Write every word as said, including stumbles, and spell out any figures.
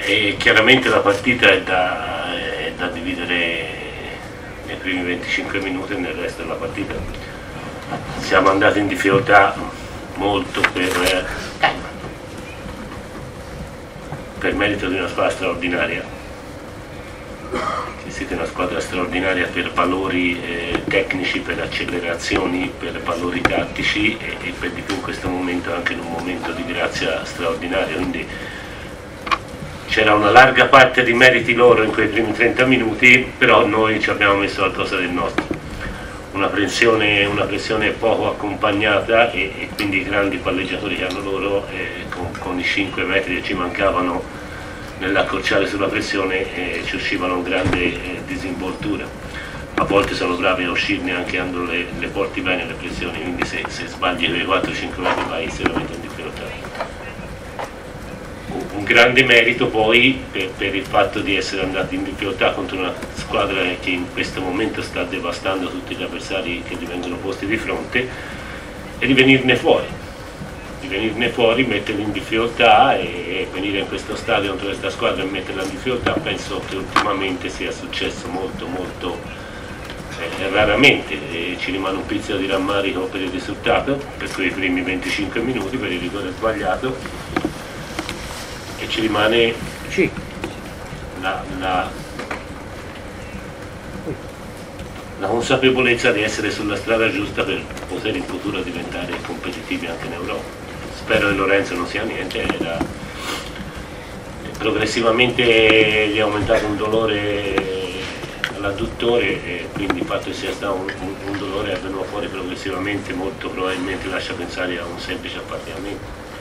e chiaramente la partita è da, è da dividere nei primi venticinque minuti e nel resto della partita. Siamo andati in difficoltà molto per, per merito di una squadra straordinaria. Siete una squadra straordinaria per valori eh, tecnici, per accelerazioni, per valori tattici e, e per di più in questo momento anche in un momento di grazia straordinaria, quindi c'era una larga parte di meriti loro in quei primi trenta minuti, però noi ci abbiamo messo qualcosa del nostro, una pressione, una pressione poco accompagnata e, e quindi i grandi palleggiatori che hanno loro eh, con, con i cinque metri che ci mancavano nell'accorciare sulla pressione eh, ci uscivano grande eh, disinvoltura. A volte sono bravi a uscirne anche quando le, le porti bene le pressioni, quindi se, se sbagli quei quattro cinque metri vai seriamente in difficoltà. Un grande merito poi per, per il fatto di essere andati in difficoltà contro una squadra che in questo momento sta devastando tutti gli avversari che gli vengono posti di fronte e di venirne fuori. di venirne fuori, metterli in difficoltà e venire in questo stadio contro questa squadra e metterla in difficoltà, penso che ultimamente sia successo molto molto eh, raramente e ci rimane un pizzico di rammarico per il risultato, per quei primi venticinque minuti, per il rigore sbagliato e ci rimane la, la, la consapevolezza di essere sulla strada giusta per poter in futuro diventare competitivi anche in Europa. Spero che Lorenzo non sia niente, era... progressivamente gli è aumentato un dolore all'adduttore e quindi il fatto che sia stato un, un, un dolore è venuto fuori progressivamente, molto probabilmente lascia pensare a un semplice appartamento.